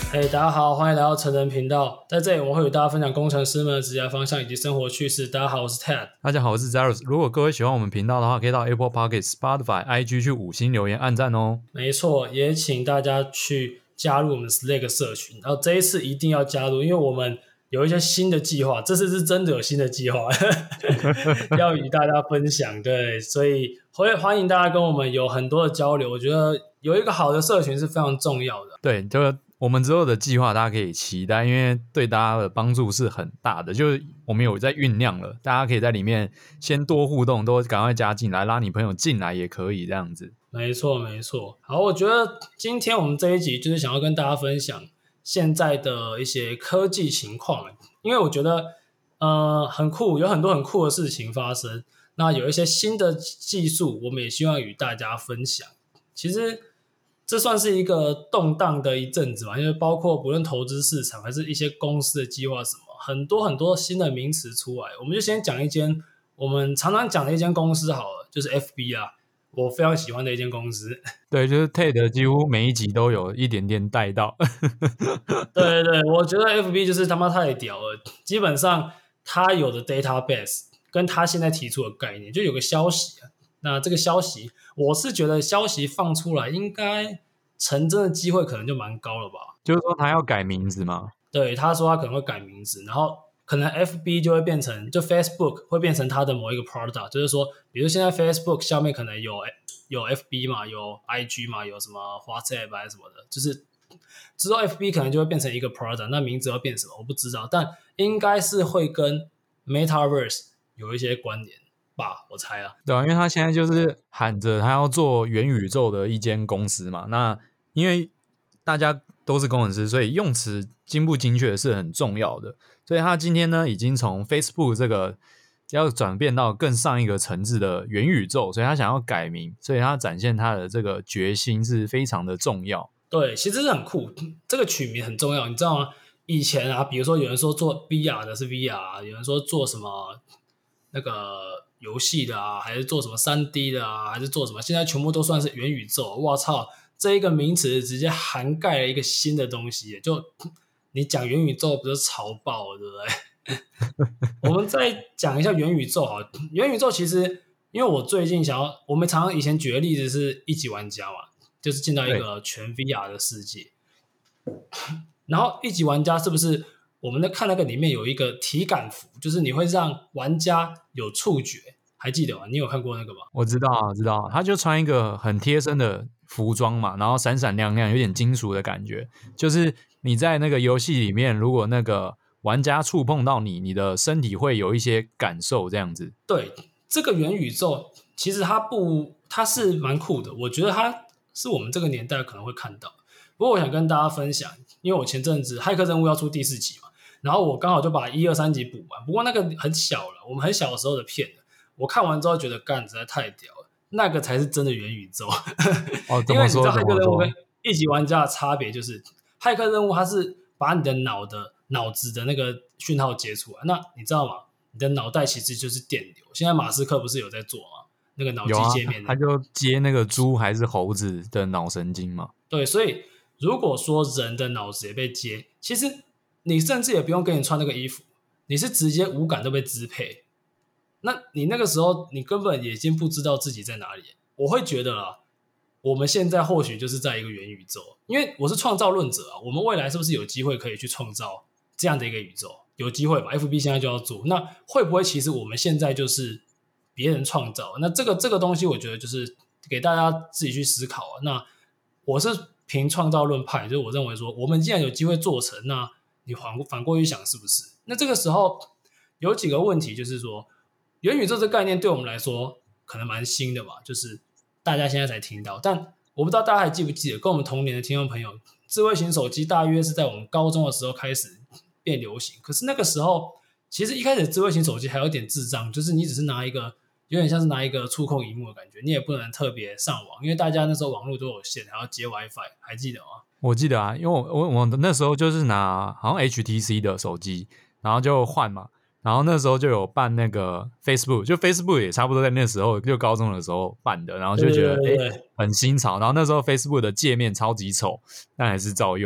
大家好，欢迎来到成人频道。在这里，我们会与大家分享工程师们的职业方向以及生活趣事。大家好，我是 Ted。 大家好，我是 Zeros。如果各位喜欢我们频道的话，可以到 Apple Podcast、Spotify、IG 去5星留言、按赞哦。 没错，也请大家去加入我们的 Slack 社群。然后这一次一定要加入，因为我们有一些新的计划，这次是真的有新的计划要与大家分享。对，所以欢迎大家跟我们有很多的交流。我觉得有一个好的社群是非常重要的。 对，就是我们之后的计划，大家可以期待，因为对大家的帮助是很大的。就是我们有在酝酿了，大家可以在里面先多互动，都赶快加进来，拉你朋友进来也可以这样子。 没错，没错。好，我觉得今天我们这一集就是想要跟大家分享现在的一些科技情况，因为我觉得很酷，有很多很酷的事情发生。那有一些新的技术，我们也希望与大家分享。其实这算是一个动荡的一阵子嘛，因为包括不论投资市场还是一些公司的计划什么，很多很多新的名词出来。我们就先讲一间我们常常讲的一间公司好了，就是 FB 啊，我非常喜欢的一间公司。 对，就是 TED 几乎每一集都有一点点带到。 对对对，我觉得 FB 就是他妈太屌了，基本上他有的 database 跟他现在提出的概念，就有个消息啊，那这个消息我是觉得消息放出来应该成真的机会可能就蛮高了吧。 就是说他要改名字嘛？ 对，他说他可能会改名字，然后可能 FB 就会变成，就 Facebook 会变成他的某一个 product， 就是说比如现在 Facebook 下面可能有 FB 嘛，有 IG 嘛，有什么 WhatsApp 还是什么的，就是之后 FB 可能就会变成一个 product， 那名字要变什么我不知道，但应该是会跟 Metaverse 有一些关联吧，我猜啊。 对啊，因为他现在就是喊着他要做元宇宙的一间公司嘛。那因为大家都是工程师，所以用词精不精确是很重要的。所以他今天呢，已经从 Facebook 这个要转变到更上一个层次的元宇宙，所以他想要改名，所以他展现他的这个决心是非常的重要。 对，其实是很酷，这个取名很重要，你知道吗？以前啊，比如说有人说做 VR 的是 VR， 有人说做什么那个游戏的啊，还是做什么 3D 的啊，还是做什么，现在全部都算是元宇宙。哇操，这一个名词直接涵盖了一个新的东西，就你讲元宇宙不是潮爆了，对不对？我们再讲一下元宇宙好了，元宇宙其实因为我最近想要，我们常常以前举的例子是一级玩家嘛，就是进到一个全 VR 的世界，然后一级玩家是不是我们在看那个里面有一个体感服，就是你会让玩家有触觉，还记得吗？你有看过那个吗？ 我知道啊，知道啊，他就穿一个很贴身的服装嘛，然后闪闪亮亮，有点金属的感觉。就是你在那个游戏里面，如果那个玩家触碰到你，你的身体会有一些感受，这样子。 对，这个元宇宙其实它是蛮酷的，我觉得它是我们这个年代可能会看到。不过我想跟大家分享，因为我前阵子骇客任务要出第4集嘛，然后我刚好就把1、2、3集补完。不过那个很小了，我们很小的时候的片，我看完之后觉得干实在太屌了，那个才是真的元宇宙。 哦， 因为你知道怎么说？ 骇客任务跟一级玩家的差别就是，骇客任务它是把你的脑子的那个讯号接出来，那你知道吗？你的脑袋其实就是电流。现在马斯克不是有在做吗？那个脑机界面、 他就接那个猪还是猴子的脑神经嘛。 对，所以如果说人的脑子也被接，其实你甚至也不用跟你穿那个衣服，你是直接五感都被支配。那你那个时候你根本已经不知道自己在哪里。我会觉得啦，我们现在或许就是在一个元宇宙，因为我是创造论者啊，我们未来是不是有机会可以去创造这样的一个宇宙？有机会吧 ，FB 现在就要做，那会不会其实我们现在就是别人创造？那这个东西，我觉得就是给大家自己去思考啊。那我是凭创造论派，就是我认为说，我们既然有机会做成，那你反过去想是不是？那这个时候有几个问题，就是说元宇宙这个概念对我们来说可能蛮新的吧，就是大家现在才听到，但我不知道大家还记不记得，跟我们同年的听众朋友，智慧型手机大约是在我们高中的时候开始变流行。可是那个时候，其实一开始智慧型手机还有点智障，就是你只是拿一个有点像是拿一个触控萤幕的感觉，你也不能特别上网，因为大家那时候网络都有线，还要接 WiFi， 还记得吗？ 我记得啊，因为我那时候就是拿好像 HTC 的手机，然后就换嘛，然后那时候就有办那个 Facebook， 就 Facebook 也差不多在那时候就高中的时候办的，然后就觉得很新潮，然后那时候 Facebook 的界面超级丑，但还是照用。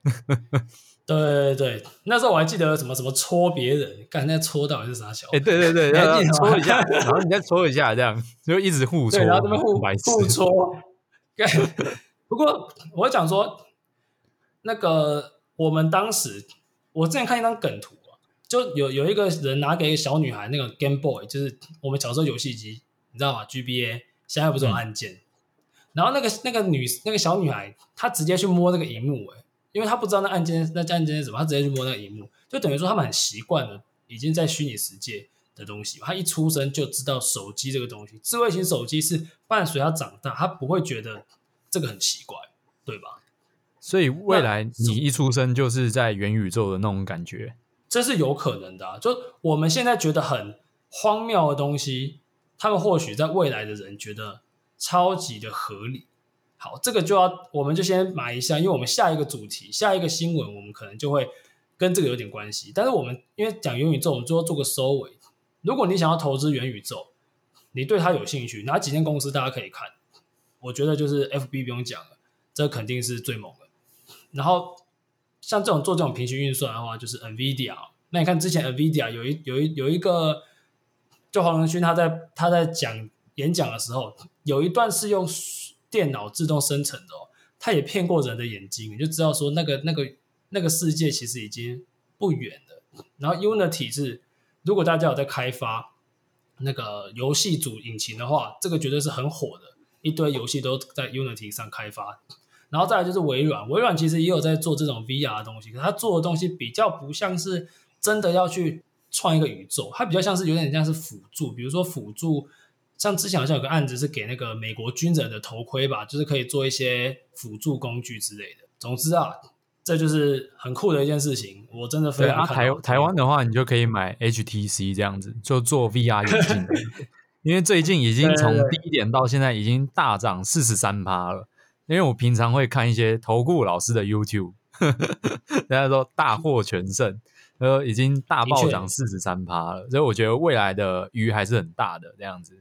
对对对，那时候我还记得什么什么戳别人，干那戳到底是啥小？ 对对对， 你还记得戳一下， 吗？ 然后你再戳一下，这样就一直互戳， 对，然后这边白痴互戳。不过我讲说，那个我们当时，我之前看一张梗图啊，就有一个人拿给一个小女孩那个 Game Boy，就是我们小时候游戏机，你知道吗 ？GBA 现在不是有按键，然后那个小女孩，她直接去摸那个荧幕，因为她不知道那按键是什么，她直接去摸那个荧幕，就等于说他们很习惯了，已经在虚拟世界的东西，她一出生就知道手机这个东西，智慧型手机是伴随她长大，她不会觉得这个很奇怪，对吧？ 所以未来你一出生就是在元宇宙的那种感觉， 这是有可能的啊。就我们现在觉得很荒谬的东西，他们或许在未来的人觉得超级的合理。好，这个我们就先埋一下，因为我们下一个主题、下一个新闻，我们可能就会跟这个有点关系。但是我们因为讲元宇宙，我们最后做个收尾。如果你想要投资元宇宙，你对它有兴趣，哪几间公司大家可以看？我觉得就是 FB 不用讲了，这肯定是最猛的。然后像做这种平行运算的话，就是 NVIDIA。那你看之前 NVIDIA 有一个，就黄仁勋他在演讲的时候，有一段是用电脑自动生成的他也骗过人的眼睛，你就知道说那个世界其实已经不远了。然后 Unity 是，如果大家有在开发那个游戏主引擎的话，这个绝对是很火的，一堆游戏都在 Unity 上开发。然后再来就是微软，微软其实也有在做这种 VR 的东西，可是它做的东西比较不像是真的要去创一个宇宙，它比较像是有点像是辅助，比如说辅助，像之前好像有个案子是给那个美国军人的头盔吧，就是可以做一些辅助工具之类的。总之啊，这就是很酷的一件事情，我真的非常看好。 台湾的话，你就可以买 HTC 这样子，就做 VR 眼镜的因为最近已经从低点到现在已经大涨43%了。因为我平常会看一些投顾老师的 YouTube， 大家说大获全胜，已经大暴涨43%了，所以我觉得未来的鱼还是很大的这样子。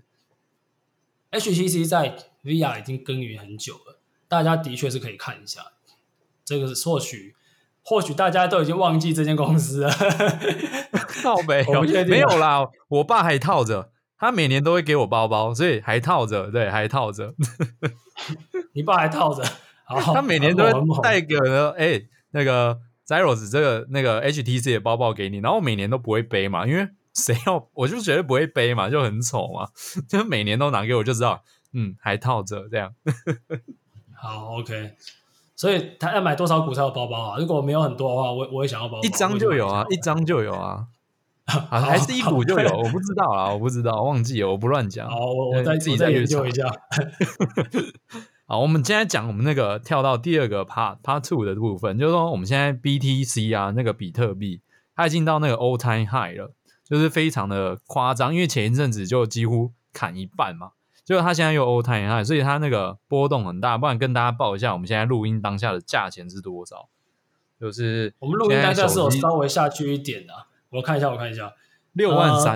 HTC 在 VR 已经耕耘很久了，大家的确是可以看一下。这个是或许大家都已经忘记这间公司了。 靠北没有啦，我爸还套着，他每年都会给我包包，所以还套着，对，还套着。 你爸还套着， 他每年都会带个那个 Zeros 这个那个 HTC 的包包给你，然后我每年都不会背嘛，因为我就绝对不会背嘛，就很丑嘛，就每年都拿给我就知道，还套着这样。 好 ，OK。所以他要买多少股才有包包啊？如果没有很多的话，我也想要包包。 一张就有啊，一张就有啊。还是一股就有，我不知道啦，我不知道，忘记了，我不乱讲。 好，我自己再研究一下。 好，我们现在讲我们那个跳到第二个 Part 2的部分，就是说我们现在 BTC 啊，那个比特币，它已经到那个 all time high 了，就是非常的夸张，因为前一阵子就几乎砍一半嘛，结果它现在又 all time high，所以它那个波动很大。不然跟大家报一下，我们现在录音当下的价钱是多少？就是我们录音当下是有稍微下去一点的，我看一下 ，63000，63000，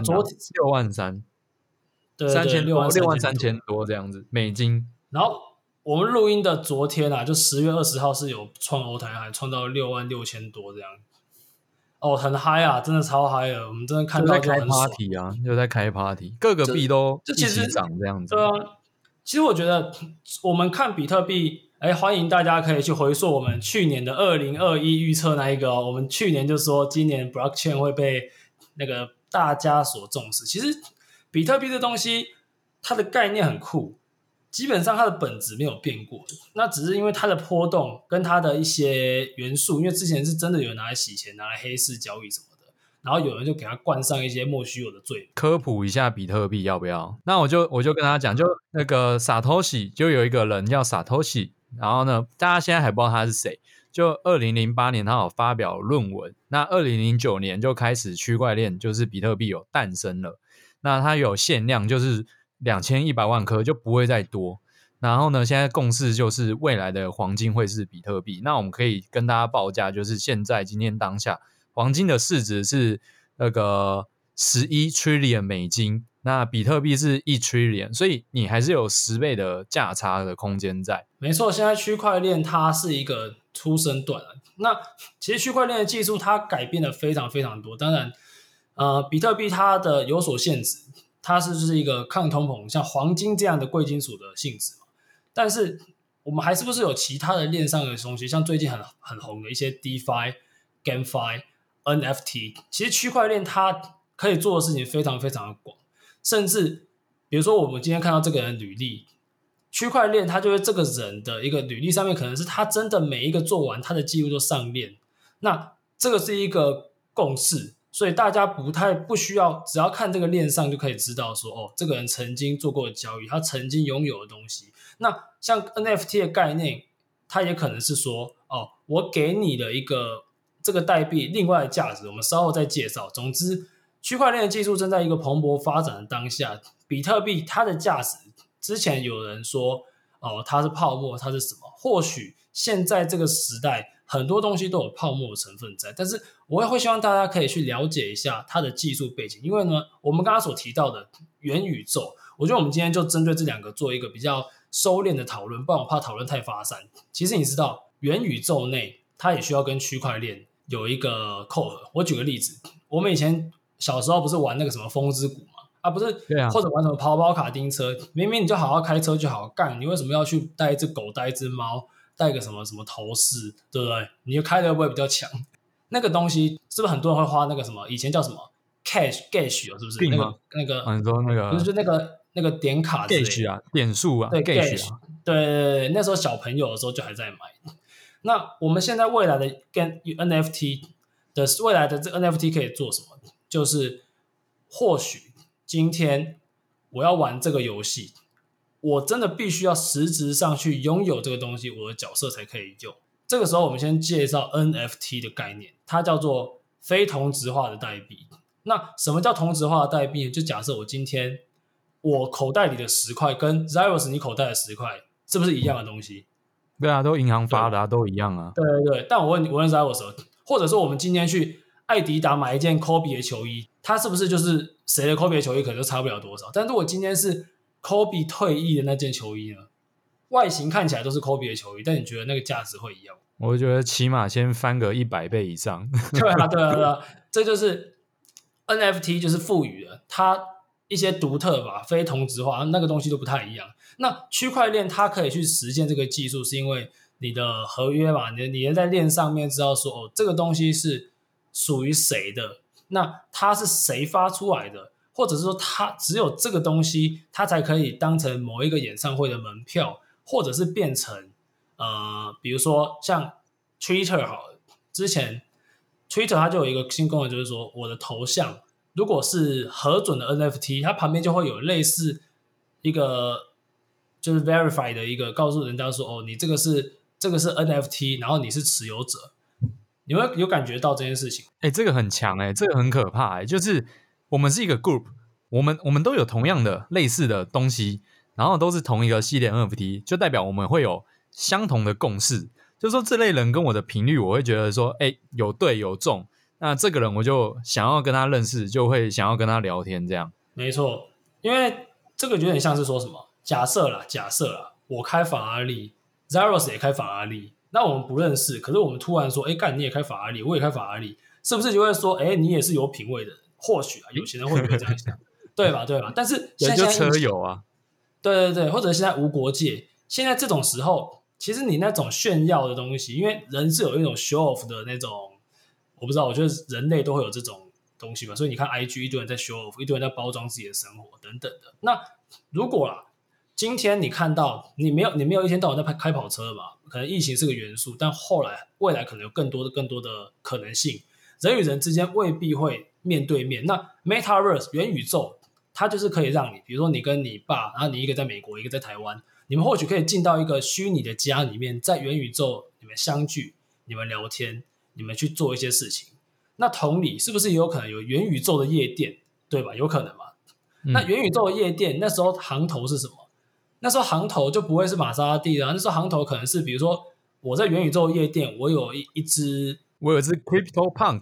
对 ，63000多这样子美金。 然后我们录音的昨天啊，就10月20号是有创欧台还创到66000多这样。很嗨啊，真的超嗨了，我们真的看到就很爽。 就在开 party 啊，就在开 party， 各个币都一起涨这样子。 对啊，其实我觉得我们看比特币，欢迎大家可以去回溯我们去年的2021预测那一个我们去年就说今年 blockchain 会被那个大家所重视。其实比特币这东西，它的概念很酷，基本上它的本质没有变过，那只是因为它的波动跟它的一些元素，因为之前是真的有人拿来洗钱、拿来黑市交易什么的，然后有人就给他冠上一些莫须有的罪名。 科普一下比特币要不要？那我就跟他讲，就那个 Satoshi， 就有一个人叫 Satoshi， 然后呢，大家现在还不知道他是谁。就2008年他有发表论文，那2009年就开始区块链，就是比特币有诞生了。那它有限量，就是2100万颗，就不会再多。然后呢，现在共识就是未来的黄金会是比特币。那我们可以跟大家报价，就是现在今天当下黄金的市值是那个11 trillion 美金， 那比特币是1 trillion， 所以你还是有10倍的价差的空间在。 没错，现在区块链它是一个出生段了。那其实区块链的技术它改变了非常非常多，当然比特币它的有所限制，它就是一个抗通膨，像黄金这样的贵金属的性质嘛。但是我们还是不是有其他的链上的东西，像最近很红的一些 DeFi、GameFi、NFT， 其实区块链它可以做的事情非常非常的广，甚至比如说我们今天看到这个人的履历，区块链它就是这个人的一个履历上面可能是他真的每一个做完他的记录都上链，那这个是一个共识，所以大家不需要只要看这个链上就可以知道说哦，这个人曾经做过的交易，他曾经拥有的东西。那像 NFT 的概念，它也可能是说哦，我给你的一个这个代币另外的价值，我们稍后再介绍。总之区块链的技术正在一个蓬勃发展的当下，比特币它的价值之前有人说哦，它是泡沫，它是什么？或许现在这个时代很多东西都有泡沫的成分在，但是我也会希望大家可以去了解一下它的技术背景，因为呢，我们刚刚所提到的元宇宙，我觉得我们今天就针对这两个做一个比较收敛的讨论，不然我怕讨论太发散。其实你知道，元宇宙内它也需要跟区块链有一个扣合。我举个例子，我们以前小时候不是玩那个什么风之谷吗？不是， 对啊， 或者玩什么跑跑卡丁车，明明你就好好开车就好干，你为什么要去带一只狗、带一只猫、带个什么什么头饰，对不对？你就开的会不会比较强？那个东西是不是很多人会花那个什么？以前叫什么 cash 是不是？那个你说那个不是就那个点卡之类的 gauge 啊，点数啊， 对 gauge 啊， 对，那时候小朋友的时候就还在买。那我们现在未来的跟 NFT 的未来的这 NFT 可以做什么？就是或许今天我要玩这个游戏，我真的必须要实质上去拥有这个东西，我的角色才可以用。这个时候我们先介绍 NFT 的概念，它叫做非同质化的代币。那什么叫同质化的代币呢？就假设我今天我口袋里的10块跟 Zeros 你口袋的10块是不是一样的东西？ 对啊，都银行发的啊，都一样啊。 对，但我问 Zeros， 或者说我们今天去艾迪达买一件 Kobe 的球衣，它是不是就是谁的 Kobe 的球衣可能就差不了多少？但如果今天是 Kobe 退役的那件球衣呢？外形看起来都是 Kobe 的球衣，但你觉得那个价值会一样吗？ 我觉得起码先翻个100倍以上。 对啊，这就是 NFT 就是赋予了它一些独特吧，非同质化，那个东西都不太一样。那区块链它可以去实现这个技术，是因为你的合约嘛，你在链上面知道说哦，这个东西是属于谁的，那它是谁发出来的，或者是说它只有这个东西，它才可以当成某一个演唱会的门票，或者是变成比如说像 Twitter 好了，之前 Twitter 它就有一个新功能，就是说我的头像如果是核准的 NFT， 它旁边就会有类似一个就是 verify 的一个告诉人家说哦，你这个是 NFT， 然后你是持有者，你会有感觉到这件事情。 这个很强这个很可怕就是我们是一个 group， 我们都有同样的类似的东西，然后都是同一个系列 NFT， 就代表我们会有相同的共识，就是说这类人跟我的频率，我会觉得说有对有中，那这个人我就想要跟他认识，就会想要跟他聊天这样。 没错，因为这个有点像是说什么假设啦，我开法拉利 Zeros 也开法拉利，那我们不认识，可是我们突然说干你也开法拉利，我也开法拉利，是不是就会说你也是有品味的人？或许有些人会不会这样想对吧？但是现在就车友啊， 对，或者现在无国界，现在这种时候其实你那种炫耀的东西，因为人是有一种 show off 的那种，我不知道，我觉得人类都会有这种东西嘛，所以你看 IG 一堆人在 show off， 一堆人在包装自己的生活等等的。那如果今天你看到你没有一天到晚在开跑车嘛，可能疫情是个元素，但未来可能有更多的可能性，人与人之间未必会面对面。那 Metaverse 元宇宙，它就是可以让你，比如说你跟你爸，然后你一个在美国，一个在台湾，你们或许可以进到一个虚拟的家里面，在元宇宙你们相聚，你们聊天，你们去做一些事情。那同理，是不是也有可能有元宇宙的夜店，对吧？有可能嘛？那元宇宙的夜店，那时候行头是什么？那时候行头就不会是玛莎拉蒂啦，那时候行头可能是比如说我在元宇宙夜店，我有一只 Crypto Punk，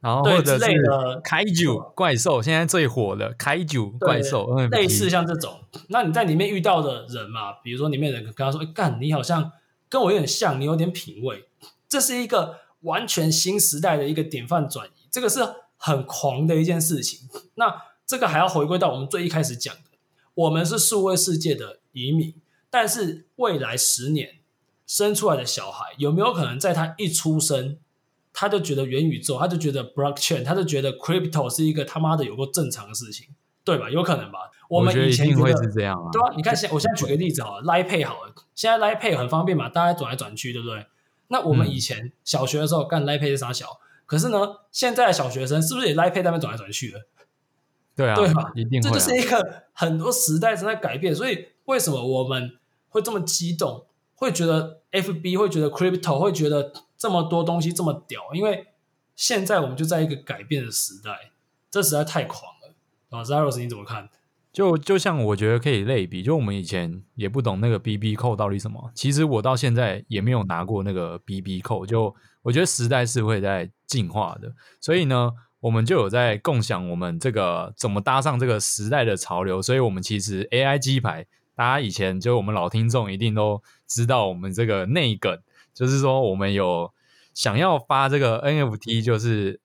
然后或者是对之类的 Kaiju 怪兽，现在最火的 Kaiju 怪兽 NFT， 类似像这种。那你在里面遇到的人嘛，比如说里面的人跟他说：“干，你好像跟我有点像，你有点品味。”这是一个完全新时代的一个典范转移，这个是很狂的一件事情。那这个还要回归到我们最一开始讲的，我们是数位世界的移民，但是未来10年生出来的小孩，有没有可能在他一出生，他就觉得元宇宙，他就觉得 blockchain， 他就觉得 crypto 是一个他妈的有够正常的事情，对吧？有可能吧？我们以前觉得一定会是这样啊。 对啊，你看我现在举个例子好了，Line Pay 好了，现在 Line Pay 很方便嘛，大家转来转去，对不对？那我们以前小学的时候干 Line Pay 是啥小，可是呢，现在的小学生是不是也 Line Pay 在那边转来转去了？ 对啊， 对吧？ 一定会啊。 这就是一个很多时代正在改变，所以为什么我们会这么激动，会觉得 FB 会觉得 Crypto 会觉得这么多东西这么屌？因为现在我们就在一个改变的时代，这实在太狂了啊 ！Zeros 你怎么看？ 就像我觉得可以类比，就我们以前也不懂那个 BB 扣到底什么，其实我到现在也没有拿过那个 BB 扣，就我觉得时代是会在进化的，所以呢，我们就有在共享我们这个怎么搭上这个时代的潮流，所以我们其实 AI 鸡排，大家以前就我们老听众一定都知道我们这个内梗，就是说我们有想要发这个 NFT， 就是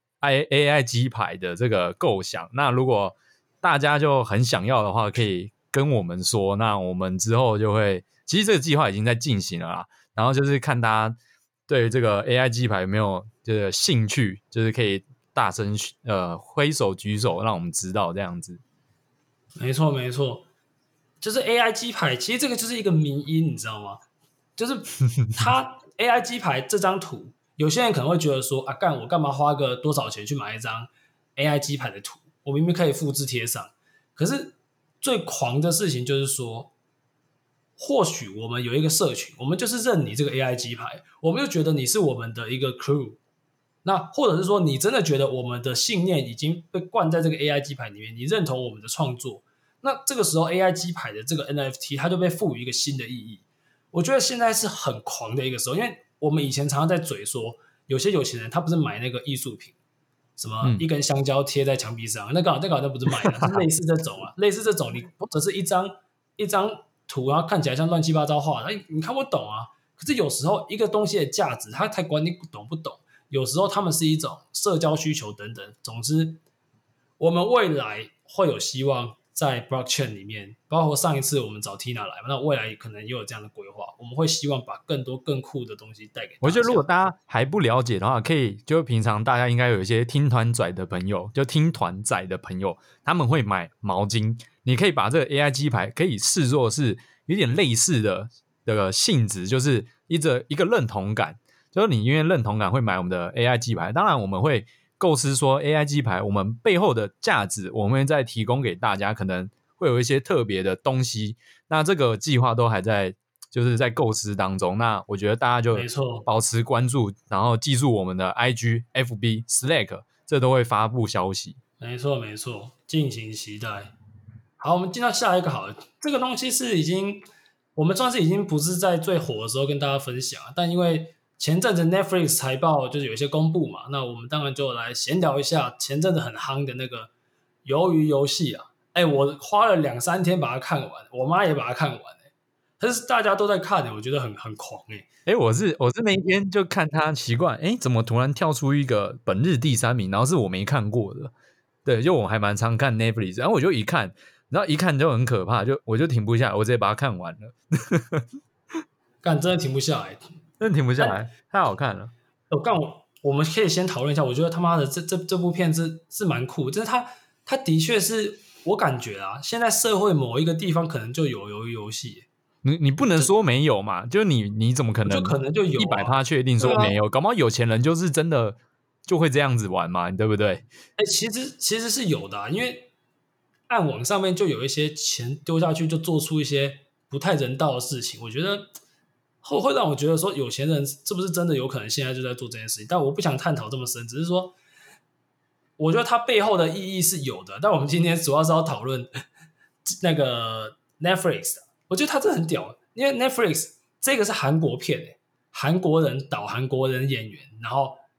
AI 鸡排的这个构想，那如果大家就很想要的话，可以跟我们说，那我们之后就会，其实这个计划已经在进行了啦。然后就是看大家对这个 AI 鸡排有没有这个兴趣，就是可以大声挥手举手，让我们知道这样子。 没错，没错，就是 AI 鸡排，其实这个就是一个迷因，你知道吗？就是它 AI 鸡排这张图，有些人可能会觉得说啊，我干嘛花个多少钱去买一张 AI 鸡排的图？我明明可以复制贴上。可是最狂的事情就是说，或许我们有一个社群，我们就是认你这个 AI 鸡排，我们就觉得你是我们的一个 crew。那或者是说，你真的觉得我们的信念已经被灌在这个 AI 鸡排里面，你认同我们的创作，那这个时候 AI 鸡排的这个 NFT 它就被赋予一个新的意义。我觉得现在是很狂的一个时候，因为我们以前常常在嘴说，有些有钱人他不是买那个艺术品，什么一根香蕉贴在墙壁上，那好像不是买的，是类似这种啊，类似这种，你或者是一张图，然后看起来像乱七八糟画的，你看不懂啊。可是有时候一个东西的价值，它才管你懂不懂。有时候他们是一种社交需求等等。总之，我们未来会有希望在 blockchain 里面，包括上一次我们找 Tina 来，那未来可能也有这样的规划。我们会希望把更多更酷的东西带给大家。 我觉得如果大家还不了解的话，可以就平常大家应该有一些听团仔的朋友，就听团仔的朋友，他们会买毛巾。你可以把这个 AI 鸡排可以视作是有点类似的这个性质，就是一个认同感。就是你因为认同感会买我们的 AI 鸡排，当然我们会构思说 AI 鸡排我们背后的价值，我们会再提供给大家，可能会有一些特别的东西。那这个计划都还在就是在构思当中。那我觉得大家就保持关注，然后记住我们的 IG、FB、Slack， 这都会发布消息。 没错没错，敬请期待。好，我们进到下一个好了。这个东西是我们算是已经不是在最火的时候跟大家分享，但因为前阵子 Netflix 财报就是有一些公布嘛，那我们当然就来闲聊一下前阵子很夯的那个鱿鱼游戏啊。我花了2-3天把它看完，我妈也把它看完，但是大家都在看，我觉得很狂。 我是那一天就看他奇怪，怎么突然跳出一个本日第3名，然后是我没看过的。对，就我还蛮常看 Netflix， 然后我就一看，然后一看就很可怕，我就停不下来，我直接把它看完了。 真的停不下来， 真的停不下来，太好看了。 我们可以先讨论一下，我觉得他妈的这部片是蛮酷，就是它的确是我感觉啊，现在社会某一个地方可能就有鱿鱼游戏。 你不能说没有嘛？就你怎么可能？ 就可能就有 100%确定说没有，搞不好有钱人就是真的就会这样子玩嘛，对不对？ 其实是有的啊，因为暗网上面就有一些钱丢下去，就做出一些不太人道的事情。我觉得会让我觉得说，有钱人是不是真的有可能现在就在做这件事情？但我不想探讨这么深，只是说，我觉得它背后的意义是有的。但我们今天主要是要讨论那个 Netflix 的。我觉得它真的很屌，因为 Netflix 这个是韩国片，韩国人导韩国人演员，然后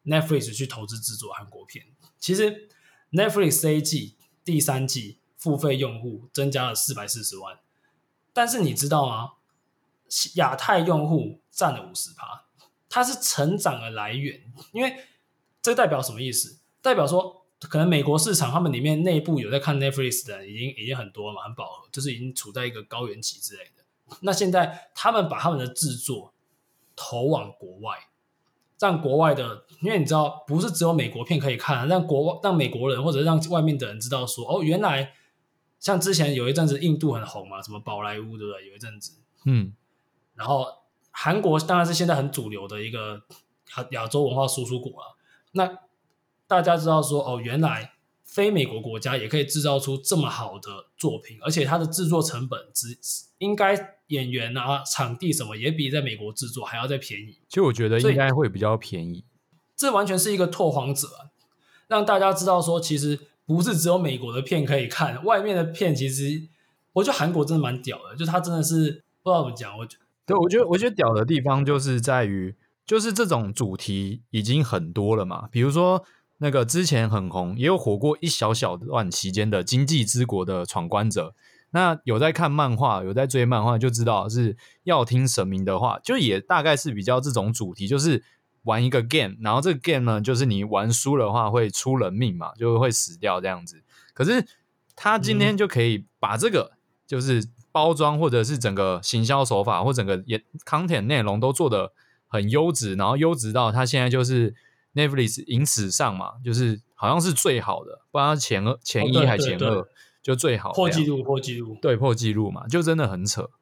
Netflix 去投资制作韩国片。其实 Netflix 这一季第3季付费用户增加了440万，但是你知道吗？亚太用户占了 50%， 它是成长的来源。因为这代表什么意思？代表说可能美国市场他们里面内部有在看 Netflix 的人已经很多了嘛，很饱和，就是已经处在一个高原期之类的。那现在他们把他们的制作投往国外，让国外的，因为你知道不是只有美国片可以看，让美国人或者让外面的人知道说，哦，原来像之前有一阵子印度很红嘛，什么宝莱坞，对不对？有一阵子，然后韩国当然是现在很主流的一个亚洲文化输出国了。那大家知道说，哦，原来非美国国家也可以制造出这么好的作品，而且它的制作成本应该演员啊、场地什么也比在美国制作还要再便宜。 其实我觉得应该会比较便宜。 这完全是一个拓荒者让大家知道说，其实不是只有美国的片可以看，外面的片其实，我觉得韩国真的蛮屌的，就他真的是不知道怎么讲， 我觉得屌的地方就是在于，就是这种主题已经很多了嘛，比如说那个之前很红，也有火过一小小段期间的《经济之国的闯关者》。那有在看漫画，有在追漫画，就知道是要听神明的话，就也大概是比较这种主题，就是玩一个 game， 然后这个 game 呢，就是你玩输的话会出人命嘛，就会死掉这样子。可是他今天就可以把这个就是包装或者是整个行销手法或整个content 内容都做得很优质，然后优质到他现在就是 Netflix 影史上嘛，就是好像是最好的，不知道前1还前2，就最好破纪录， 对，破纪录嘛，就真的很扯。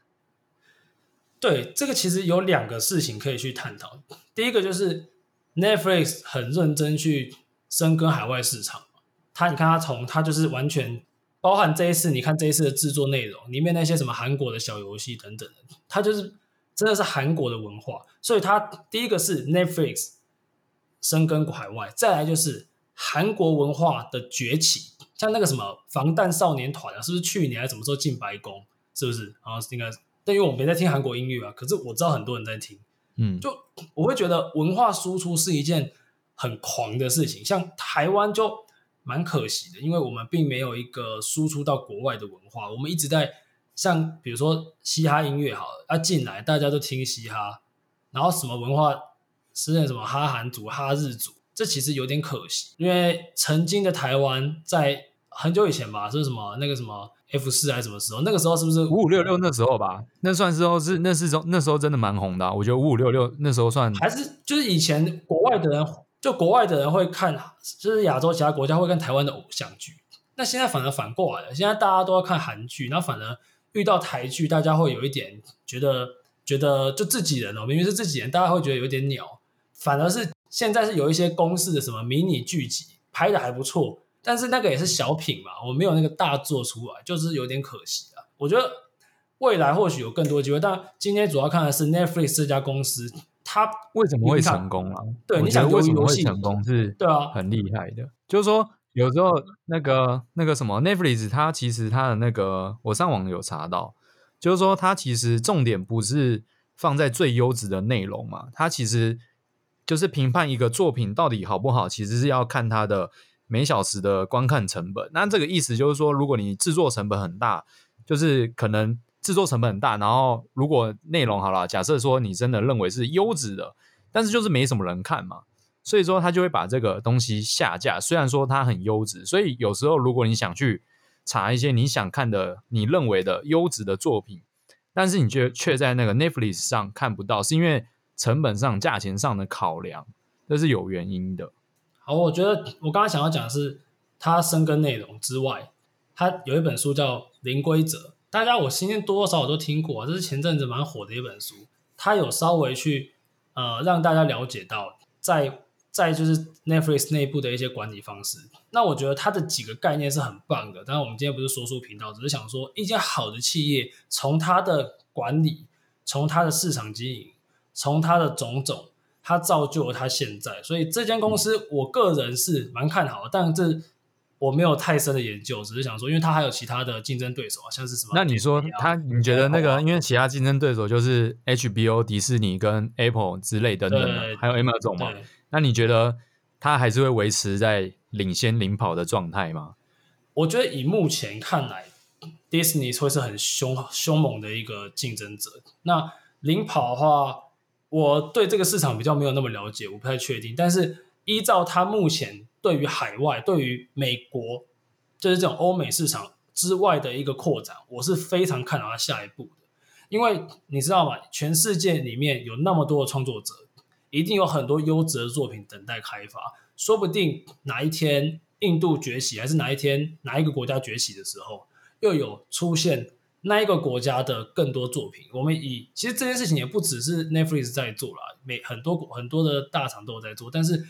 对，这个其实有2个事情可以去探讨。第一个就是 Netflix 很认真去深耕海外市场，你看他就是完全包含这一次，你看这一次的制作内容里面那些什么韩国的小游戏等等的，它就是真的是韩国的文化。所以它第一个是 Netflix 深耕海外，再来就是韩国文化的崛起，像那个什么防弹少年团啊，是不是去年还是什么时候进白宫？是不是？然后应该，但因为我没在听韩国音乐啊，可是我知道很多人在听。就我会觉得文化输出是一件很狂的事情，像台湾就蛮可惜的，因为我们并没有一个输出到国外的文化，我们一直在像比如说嘻哈音乐好了，进来大家都听嘻哈，然后什么文化是那什么哈韩族、哈日族，这其实有点可惜，因为曾经的台湾在很久以前吧，是什么那个什么 F4 还是什么时候？那个时候是不是 5566那时候吧？那算时候那时候真的蛮红的我觉得5566那时候算还是就是以前国外的人会看，就是亚洲其他国家会看台湾的偶像剧。那现在反而反过来了，现在大家都要看韩剧，然后反而遇到台剧，大家会有一点觉得就自己人明明是自己人，大家会觉得有点鸟。反而是现在是有一些公视的什么迷你剧集拍的还不错，但是那个也是小品嘛，我没有那个大作出来，就是有点可惜啊。我觉得未来或许有更多机会，但今天主要看的是 Netflix 这家公司，它为什么会成功啊？ 对， 你想为什么会成功是很厉害的。就是说，有时候那个什么 Netflix， 它其实它的那个，我上网有查到，就是说它其实重点不是放在最优质的内容嘛，它其实就是评判一个作品到底好不好，其实是要看它的每小时的观看成本。那这个意思就是说，如果你制作成本很大，就是可能制作成本很大，然后如果内容好了，假设说你真的认为是优质的，但是就是没什么人看嘛，所以说他就会把这个东西下架。虽然说它很优质，所以有时候如果你想去查一些你想看的、你认为的优质的作品，但是你却在那个 Netflix 上看不到，是因为成本上、价钱上的考量，这是有原因的。 好，我觉得我刚才想要讲的是，它深耕内容之外，它有一本书叫《零规则》。大家我今天多多少少都听过这是前阵子蛮火的一本书。它有稍微去让大家了解到在就是 Netflix 内部的一些管理方式。那我觉得它的几个概念是很棒的。当然我们今天不是说书频道，只是想说一间好的企业，从它的管理，从它的市场经营，从它的种种，它造就了它现在。所以这间公司我个人是蛮看好的，但这我没有太深的研究，只是想说，因为它还有其他的竞争对手啊，像是什么？ 那你说你觉得那个，因为其他竞争对手就是 HBO、迪士尼跟 Apple 之类等等的，还有 Amazon 嘛？那你觉得它还是会维持在领跑的状态吗？ 我觉得以目前看来，Disney 会是很凶猛的一个竞争者。那领跑的话，我对这个市场比较没有那么了解，我不太确定。但是依照它目前对于海外、对于美国，就是这种欧美市场之外的一个扩展，我是非常看好它下一步的。因为你知道吗？全世界里面有那么多的创作者，一定有很多优质的作品等待开发。说不定哪一天印度崛起，还是哪一天哪一个国家崛起的时候，又有出现那一个国家的更多作品。我们其实这件事情也不只是 Netflix 在做啦，很多的大厂都有在做。但是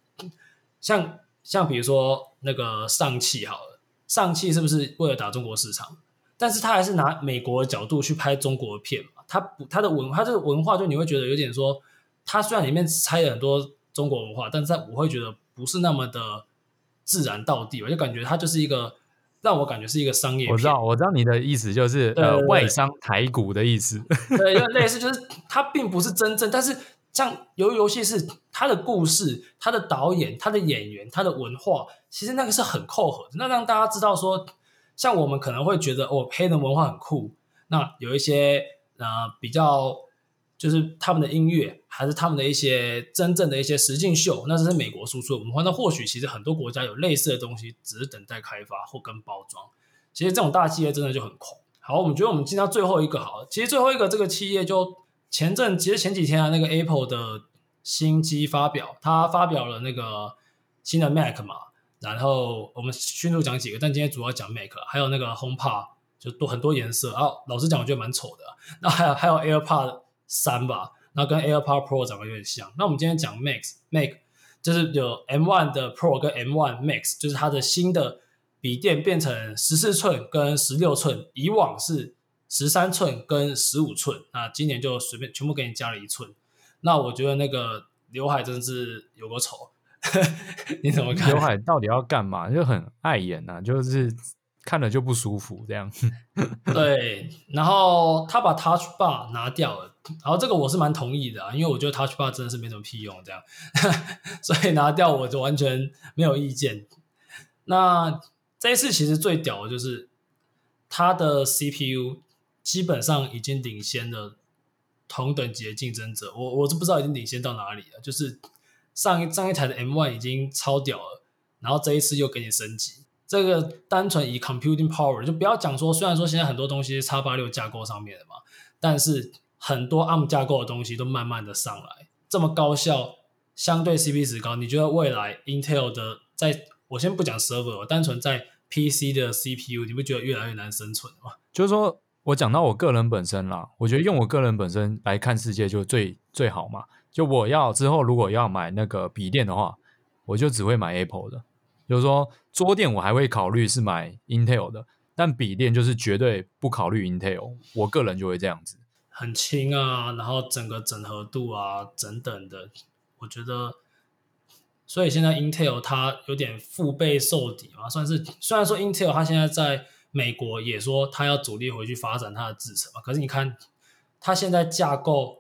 像比如说那个上汽好了，上汽是不是为了打中国市场？但是他还是拿美国的角度去拍中国的片嘛，他的文化就你会觉得有点说，他虽然里面拆了很多中国文化，但是我会觉得不是那么的自然道地吧，就感觉它就是一个让我感觉是一个商业片。 我知道你的意思就是外商台股的意思。 对，有点类似，就是它并不是真正，但是像鱿鱼游戏是它的故事、它的导演、它的演员、它的文化，其实那个是很扣合的。那让大家知道说，像我们可能会觉得黑人文化很酷，那有一些比较就是他们的音乐，还是他们的一些真正的一些实境秀，那这是美国输出的文化。那或许其实很多国家有类似的东西，只是等待开发或跟包装。其实这种大企业真的就很狂。好，我们觉得我们进到最后一个好了。其实最后一个这个企业就其实前几天那个 Apple 的新机发表，它发表了那个新的 Mac 嘛，然后我们迅速讲几个，但今天主要讲 Mac， 还有那个 HomePod 就很多颜色，然后老实讲我觉得蛮丑的。那还有 AirPod 3吧，然后跟 AirPod Pro 长得有点像。那我们今天讲 Mac 就是有 M1 的 Pro 跟 M1 Max， 就是它的新的笔电变成14寸跟16寸，以往是13寸跟15寸，那今年就随便全部给你加了1寸。那我觉得那个刘海真是有个丑。你怎么看？ 刘海到底要干嘛？就很碍眼啊，就是看了就不舒服这样。 对，然后他把 Touch Bar 拿掉了，然后这个我是蛮同意的啊，因为我觉得 Touch Bar 真的是没什么屁用，这样，所以拿掉我就完全没有意见。那这一次其实最屌的就是它的 CPU 基本上已经领先了同等级的竞争者，我是不知道已经领先到哪里了，就是上一台的 M1 已经超屌了，然后这一次又给你升级。这个单纯以 computing power 就不要讲说，虽然说现在很多东西是 X86 架构上面的嘛，但是很多 ARM 架构的东西都慢慢的上来，这么高效，相对 CP 值高，你觉得未来 Intel 的我先不讲 server， 单纯在 PC 的 CPU， 你不觉得越来越难生存吗？ 就是说我讲到我个人本身啦，我觉得用我个人本身来看世界就最好嘛。就我之后如果要买那个笔电的话，我就只会买 Apple 的。就是说桌垫我还会考虑是买 Intel 的，但笔电就是绝对不考虑 Intel， 我个人就会这样子。 很轻啊，然后整个整合度啊等等的，我觉得，所以现在 Intel 它有点腹背受敌嘛，算是。虽然说 Intel 它现在在美国也说它要主力回去发展它的制程嘛，可是你看它现在架构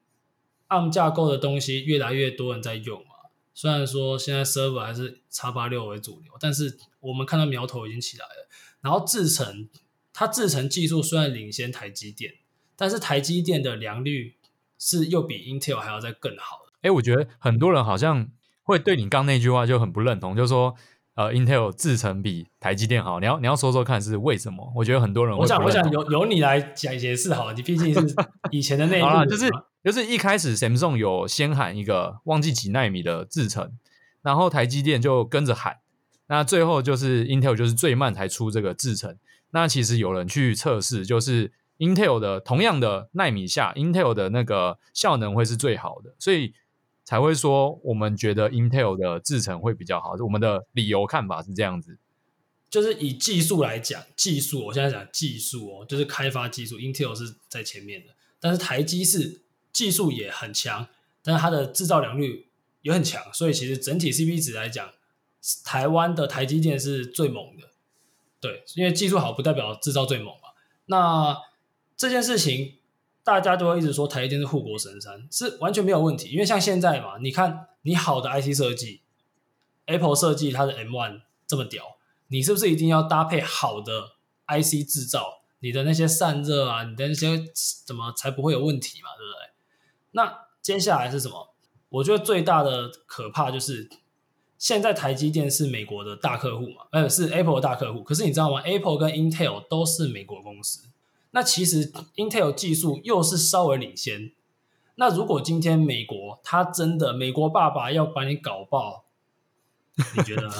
ARM 架构的东西越来越多人在用嘛。虽然说现在 server 还是 X86 为主流，但是我们看到苗头已经起来了。然后它制程技术虽然领先台积电，但是台积电的良率是又比 Intel 还要再更好的。 我觉得很多人好像会对你刚那句话就很不认同，就是说Intel 制程比台积电好，你要说说看是为什么？我觉得很多人会不认同。 我想由你来解释好了，你毕竟是以前的内部人嘛。 就是一开始 Samsung 有先喊一个忘记几奈米的制程，然后台积电就跟着喊，那最后就是 Intel 就是最慢才出这个制程。那其实有人去测试，就是 Intel 的同样的奈米下 Intel 的那个效能会是最好的，所以才会说我们觉得 Intel 的制程会比较好，我们的理由看法是这样子。 就是以技术来讲，我现在讲技术就是开发技术 Intel 是在前面的，但是台积是技术也很强，但是它的制造良率也很强，所以其实整体 CP 值来讲台湾的台积电是最猛的，对，因为技术好不代表制造最猛嘛。那这件事情大家都会一直说台积电是护国神山，是完全没有问题，因为像现在嘛，你看你好的 IC 设计 ，Apple 设计它的 M1 这么屌，你是不是一定要搭配好的 IC 制造？你的那些散热啊，你的那些怎么才不会有问题嘛，对不对？那接下来是什么？我觉得最大的可怕就是现在台积电是美国的大客户嘛，是 Apple 的大客户。可是你知道吗 ？Apple 跟 Intel 都是美国公司。那其实 Intel 技术又是稍微领先。那如果今天美国他真的美国爸爸要把你搞爆，你觉得呢？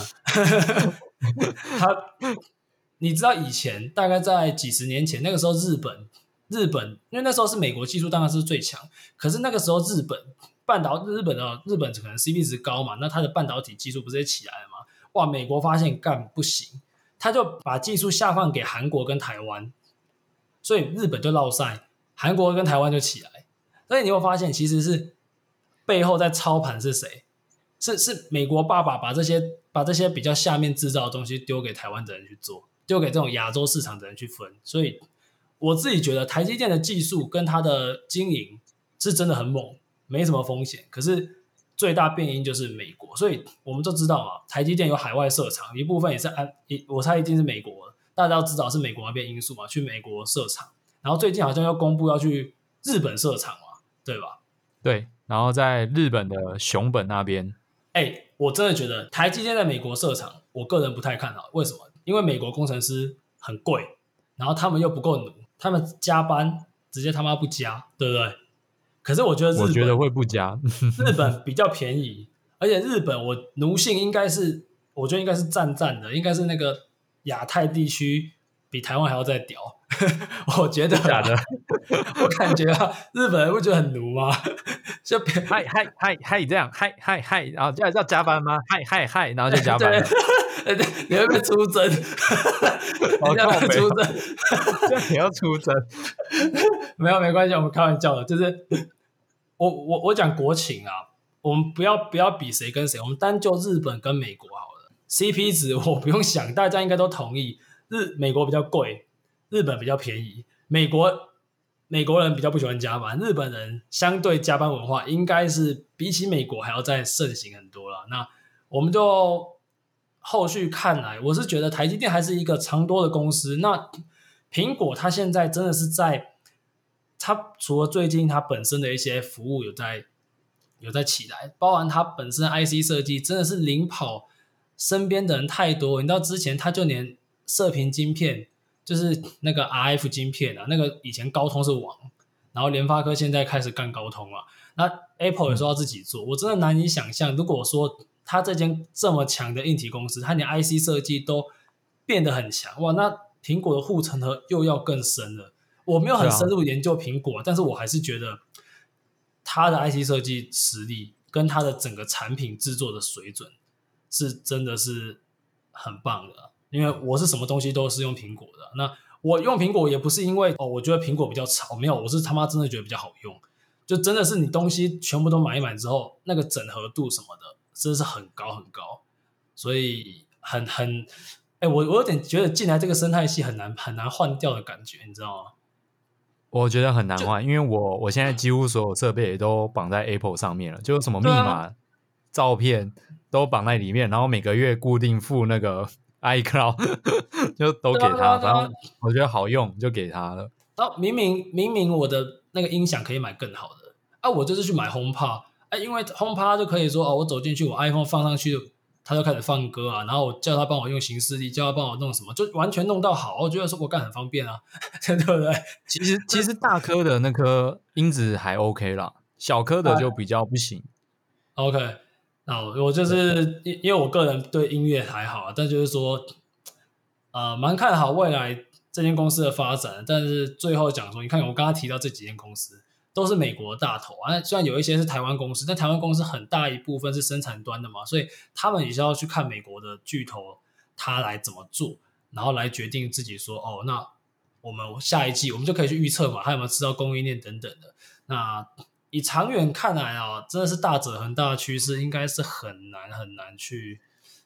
你知道以前大概在几十年前，那个时候日本，因为那时候是美国技术当然是最强，可是那个时候日本可能 CP 值高嘛，那它的半导体技术不是也起来了吗？哇，美国发现干不行，他就把技术下放给韩国跟台湾，所以日本就落赛，韩国跟台湾就起来。所以你会发现，其实是背后在操盘是谁？是美国爸爸把这些比较下面制造的东西丢给台湾的人去做，丢给这种亚洲市场的人去分。所以我自己觉得台积电的技术跟它的经营是真的很猛，没什么风险。可是最大变因就是美国，所以我们都知道嘛，台积电有海外设厂，一部分也是我猜一定是美国的，大家要知道是美国那边因素嘛，去美国设厂。然后最近好像要公布要去日本设厂嘛，对吧？ 对，然后在日本的熊本那边。 我真的觉得台积电在美国设厂，我个人不太看好。为什么？因为美国工程师很贵，然后他们又不够努，他们加班直接他妈不加，对不对？可是我觉得我觉得会不加。 日本比较便宜，而且日本我奴性我觉得应该是赞的，应该是那个亚太地区比台湾还要再屌。我觉得假的， 我感觉日本人不觉得很奴吗？就嗨这样嗨，然后要加班吗？嗨，然后就加班了。 你会被出征，你要被出征， 这样也要出征？ 没关系，我们开玩笑的，就是我讲国情啊，我们不要比谁跟谁，我们单就日本跟美国好了 ，CP 值我不用想，大家应该都同意，美国比较贵，日本比较便宜，美国人比较不喜欢加班，日本人相对加班文化应该是比起美国还要再盛行很多了。那我们就后续看来，我是觉得台积电还是一个长多的公司。那苹果它现在真的是它除了最近它本身的一些服务有在起来，包含它本身的 IC 设计真的是领跑身边的人太多。你知道之前它就连射频晶片。就是那个 RF 晶片啊，那个以前高通是王，然后联发科现在开始干高通了。那 Apple 也说要自己做，我真的难以想象，如果说他这间这么强的硬体公司，他连 IC 设计都变得很强，哇，那苹果的护城河又要更深了。我没有很深入研究苹果，但是我还是觉得他的 IC 设计实力跟他的整个产品制作的水准是真的是很棒的。因为我是什么东西都是用苹果的，那我用苹果也不是因为我觉得苹果比较潮，没有，我是他妈真的觉得比较好用，就真的是你东西全部都买一买之后，那个整合度什么的真的是很高很高，所以我有点觉得进来这个生态系很难换掉的感觉，你知道吗？ 我觉得很难换，因为我现在几乎所有设备也都绑在 Apple 上面了，就什么密码、照片都绑在里面，然后每个月固定付那个iCloud 就都给他，反正我觉得好用就给他了。 然后明明我的那个音响可以买更好的啊，我就是去买 HomePod，因为 HomePod 就可以说我走进去，我 iPhone 放上去，他就开始放歌啊，然后我叫他帮我用行事历，叫他帮我弄什么，就完全弄到好，我觉得说我干很方便啊，对不对？ 其实大颗的那颗音质还 OK 啦，小颗的就比较不行。 OK。那我就是因为我个人对音乐还好，但就是说，蛮看好未来这间公司的发展。但是最后讲说，你看我刚刚提到这几间公司都是美国的大头啊，虽然有一些是台湾公司，但台湾公司很大一部分是生产端的嘛，所以他们也是要去看美国的巨头他来怎么做，然后来决定自己说那我们下一季我们就可以去预测嘛，还有没有吃到供应链等等的。那以长远看来真的是大者恒大的趋势，应该是很难去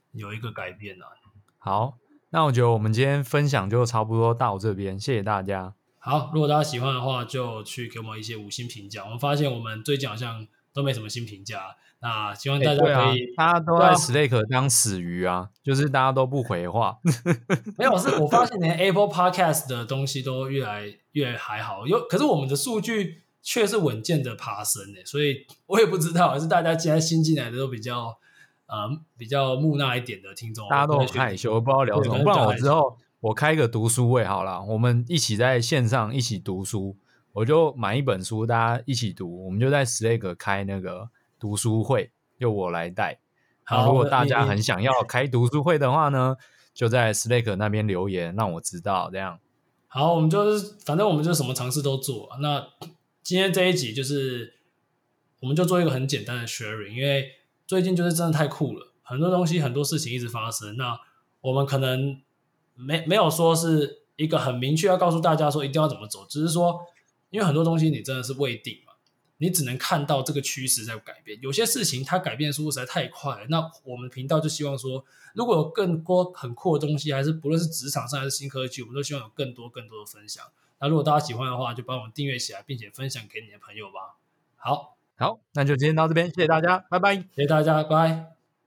有一个改变啊。 好，那我觉得我们今天分享就差不多到这边，谢谢大家。 好，如果大家喜欢的话，就去给我们一些5星评价。我们发现我们最近好像都没什么新评价，那希望大家对啊， 可以， 大家都在对啊， Slack 当死鱼啊，就是大家都不回话。 没有，是我发现连 Apple Podcast 的东西都越来越还好，可是我们的数据却是稳健的爬升诶，所以我也不知道，是大家现在新进来的都比较木讷一点的听众， 大家都我不太确定。 很害羞，不知道聊对， 什么。 可能不然比较害羞。 我之后我开个读书会好了，我们一起在线上一起读书，我就买一本书，大家一起读，我们就在 Slack 开那个读书会，由我来带。那如好， 果大家很想要开读书会的话呢，就在 Slack 那边留言，让我知道。这样好，反正我们就什么尝试都做。那今天这一集就是我们就做一个很简单的 sharing，因为最近就是真的太酷了，很多东西很多事情一直发生。那我们可能没有说是一个很明确要告诉大家说一定要怎么走，只是说因为很多东西你真的是未定嘛，你只能看到这个趋势在改变。有些事情它改变的速度实在太快了，那我们频道就希望说，如果有更多很酷的东西，还是不论是职场上还是新科技，我们都希望有更多的分享。那如果大家喜欢的话，就帮我们订阅起来，并且分享给你的朋友吧。好， 好，那就今天到这边，谢谢大家，拜拜。 谢谢大家，拜拜。